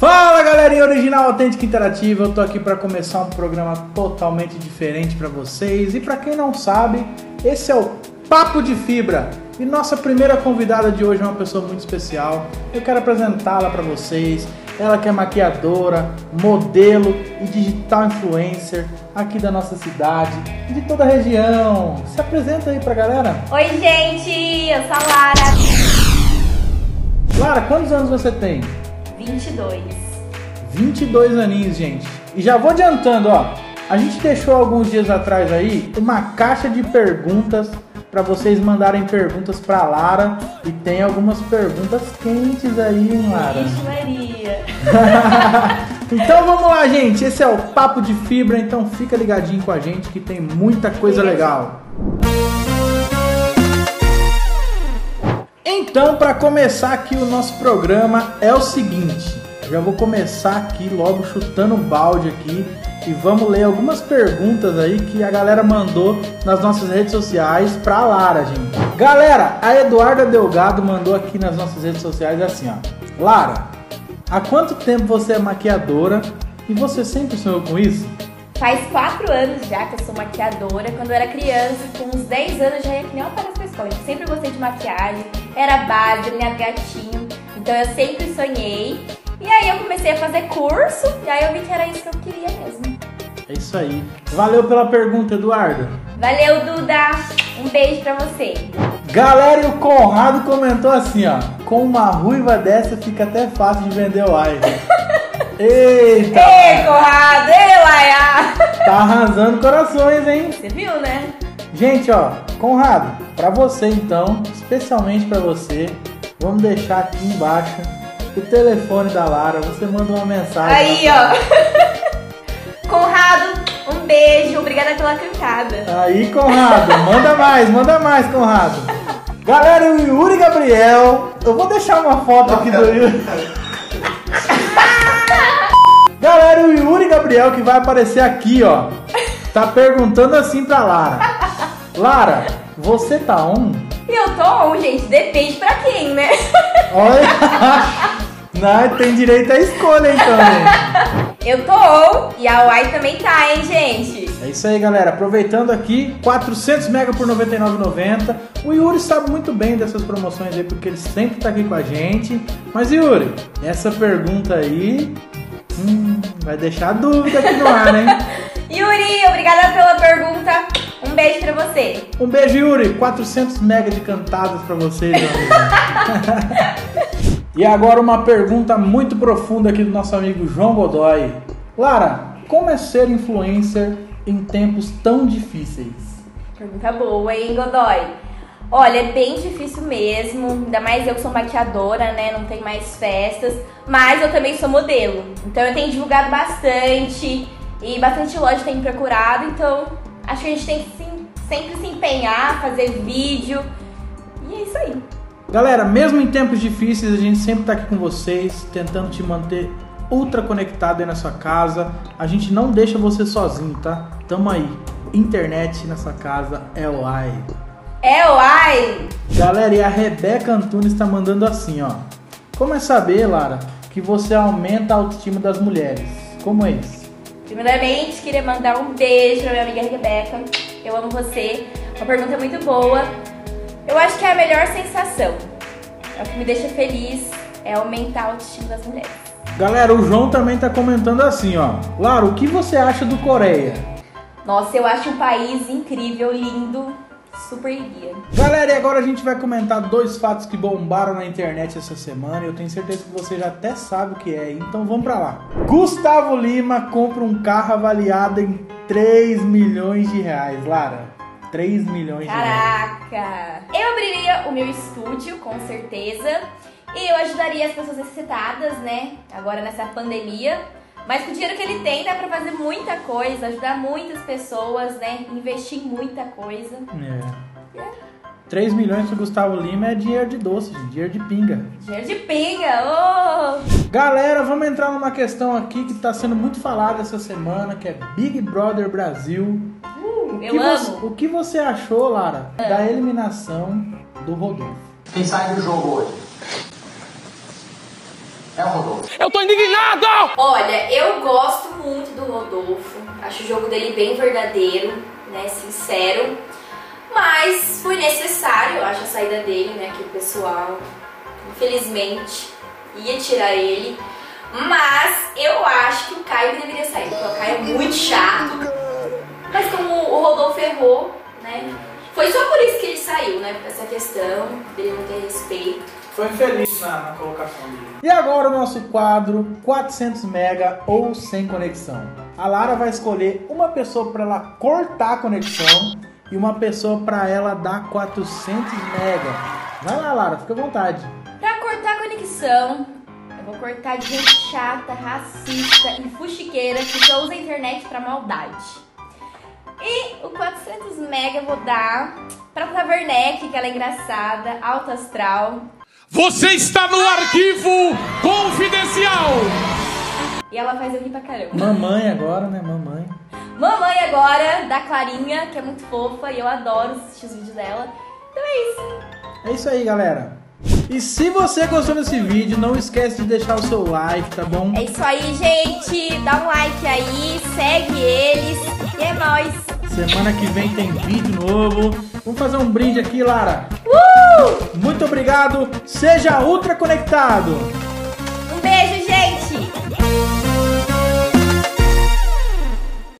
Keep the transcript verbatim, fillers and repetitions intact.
Fala galerinha original, autêntica, interativa. Eu tô aqui para começar um programa totalmente diferente para vocês. E para quem não sabe, esse é o Papo de Fibra. E nossa primeira convidada de hoje é uma pessoa muito especial. Eu quero apresentá-la para vocês. Ela que é maquiadora, modelo e digital influencer aqui da nossa cidade e de toda a região. Se apresenta aí pra galera. Oi gente, eu sou a Lara. Lara, quantos anos você tem? vinte e dois. vinte e dois aninhos, gente. E já vou adiantando, ó. A gente deixou alguns dias atrás aí uma caixa de perguntas para vocês mandarem perguntas pra Lara. E tem algumas perguntas quentes aí, hein, Lara? Ixi, Maria. Então vamos lá, gente. Esse é o Papo de Fibra, então fica ligadinho com a gente que tem muita coisa legal. Então, para começar aqui o nosso programa é o seguinte. Já vou começar aqui logo chutando o balde aqui e vamos ler algumas perguntas aí que a galera mandou nas nossas redes sociais pra Lara, gente. Galera, a Eduarda Delgado mandou aqui nas nossas redes sociais assim, ó. Lara, há quanto tempo você é maquiadora e você sempre sonhou com isso? Faz quatro anos já que eu sou maquiadora. Quando eu era criança, com uns dez anos, já ia que nem uma palhaça pra escola. Eu sempre gostei de maquiagem, era base, delineado gatinho. Então eu sempre sonhei. E aí eu comecei a fazer curso e aí eu vi que era isso que eu queria mesmo. É isso aí. Valeu pela pergunta, Eduardo. Valeu, Duda. Um beijo pra você. Galera, e o Conrado comentou assim, ó. Com uma ruiva dessa fica até fácil de vender o iPhone. Eita! Ei, Conrado! Ei, Laia! Tá arrasando corações, hein? Você viu, né? Gente, ó, Conrado, pra você então, especialmente pra você, vamos deixar aqui embaixo o telefone da Lara. Você manda uma mensagem. Aí, ó. Conrado, um beijo. Obrigada pela cantada. Aí, Conrado, manda mais, manda mais, Conrado. Galera, o Yuri Gabriel, eu vou deixar uma foto aqui do Yuri. Galera, o Yuri Gabriel que vai aparecer aqui, ó, tá perguntando assim pra Lara. Lara, você tá on? E eu tô on, gente. Depende pra quem, né? Olha, não, tem direito à escolha então, gente. Eu tô on e a Uai também tá, hein, gente? É isso aí, galera. Aproveitando aqui, quatrocentos mega por noventa e nove reais e noventa centavos. O Yuri sabe muito bem dessas promoções aí, porque ele sempre tá aqui com a gente. Mas, Yuri, essa pergunta aí... Hum, vai deixar dúvida aqui no ar, né? Yuri, obrigada pela pergunta. Um beijo pra você. Um beijo, Yuri. quatrocentos mega de cantadas pra vocês, meu amigo. E agora uma pergunta muito profunda aqui do nosso amigo João Godoy. Lara, como é ser influencer em tempos tão difíceis? Pergunta boa, hein, Godoy? Olha, é bem difícil mesmo, ainda mais eu que sou maquiadora, né, não tem mais festas, mas eu também sou modelo, então eu tenho divulgado bastante e bastante loja tem me procurado, então acho que a gente tem que sim, sempre se empenhar, fazer vídeo e é isso aí. Galera, mesmo em tempos difíceis, a gente sempre tá aqui com vocês, tentando te manter ultra conectado aí na sua casa, a gente não deixa você sozinho, tá? Tamo aí, internet na sua casa é o ai. É o ai! Galera, e a Rebeca Antunes tá mandando assim, ó. Como é saber, Lara, que você aumenta a autoestima das mulheres? Como é isso? Primeiramente, queria mandar um beijo pra minha amiga Rebeca. Eu amo você. Uma pergunta muito boa. Eu acho que é a melhor sensação. É o que me deixa feliz, é aumentar a autoestima das mulheres. Galera, o João também tá comentando assim, ó. Lara, o que você acha do Coreia? Nossa, eu acho um país incrível, lindo. Super guia. Galera, e agora a gente vai comentar dois fatos que bombaram na internet essa semana. Eu tenho certeza que você já até sabe o que é, então vamos pra lá. Gustavo Lima compra um carro avaliado em três milhões de reais. Lara, três milhões de reais. Caraca! Eu abriria o meu estúdio, com certeza. E eu ajudaria as pessoas necessitadas, né? Agora nessa pandemia. Mas com o dinheiro que ele tem, dá pra fazer muita coisa, ajudar muitas pessoas, né? Investir em muita coisa. É. é. três milhões pro Gustavo Lima é dinheiro de doce, dinheiro de pinga. Dinheiro de pinga, oh! Galera, vamos entrar numa questão aqui que tá sendo muito falada essa semana, que é Big Brother Brasil. Uh, eu que amo! Você, o que você achou, Lara, ah. da eliminação do Rodolfo? Quem sai do jogo hoje? É o Rodolfo. Eu tô indignado! Olha, eu gosto muito do Rodolfo. Acho o jogo dele bem verdadeiro, né? Sincero. Mas foi necessário, eu acho, a saída dele, né? Que o pessoal, infelizmente, ia tirar ele. Mas eu acho que o Caio deveria sair, porque o Caio é muito chato. Mas como o Rodolfo errou, né? Foi só por isso que ele saiu, né? Por essa questão dele não ter respeito. Foi infeliz na, na colocação dele. E agora o nosso quadro quatrocentos mega ou sem conexão. A Lara vai escolher uma pessoa para ela cortar a conexão e uma pessoa para ela dar quatrocentos mega. Vai lá, Lara, fica à vontade. Pra cortar a conexão, eu vou cortar de gente chata, racista e fuxiqueira que só usa a internet pra maldade. E o quatrocentos mega eu vou dar pra Tata Werneck, que ela é engraçada, alto astral. Você está no arquivo confidencial! E ela faz eu rir pra caramba. Mamãe agora, né? Mamãe. Mamãe agora, da Clarinha, que é muito fofa e eu adoro assistir os vídeos dela. Então é isso. É isso aí, galera. E se você gostou desse vídeo, não esquece de deixar o seu like, tá bom? É isso aí, gente. Dá um like aí, segue eles e é nóis. Semana que vem tem vídeo novo. Vamos fazer um brinde aqui, Lara. Uh! Muito obrigado. Seja ultra conectado.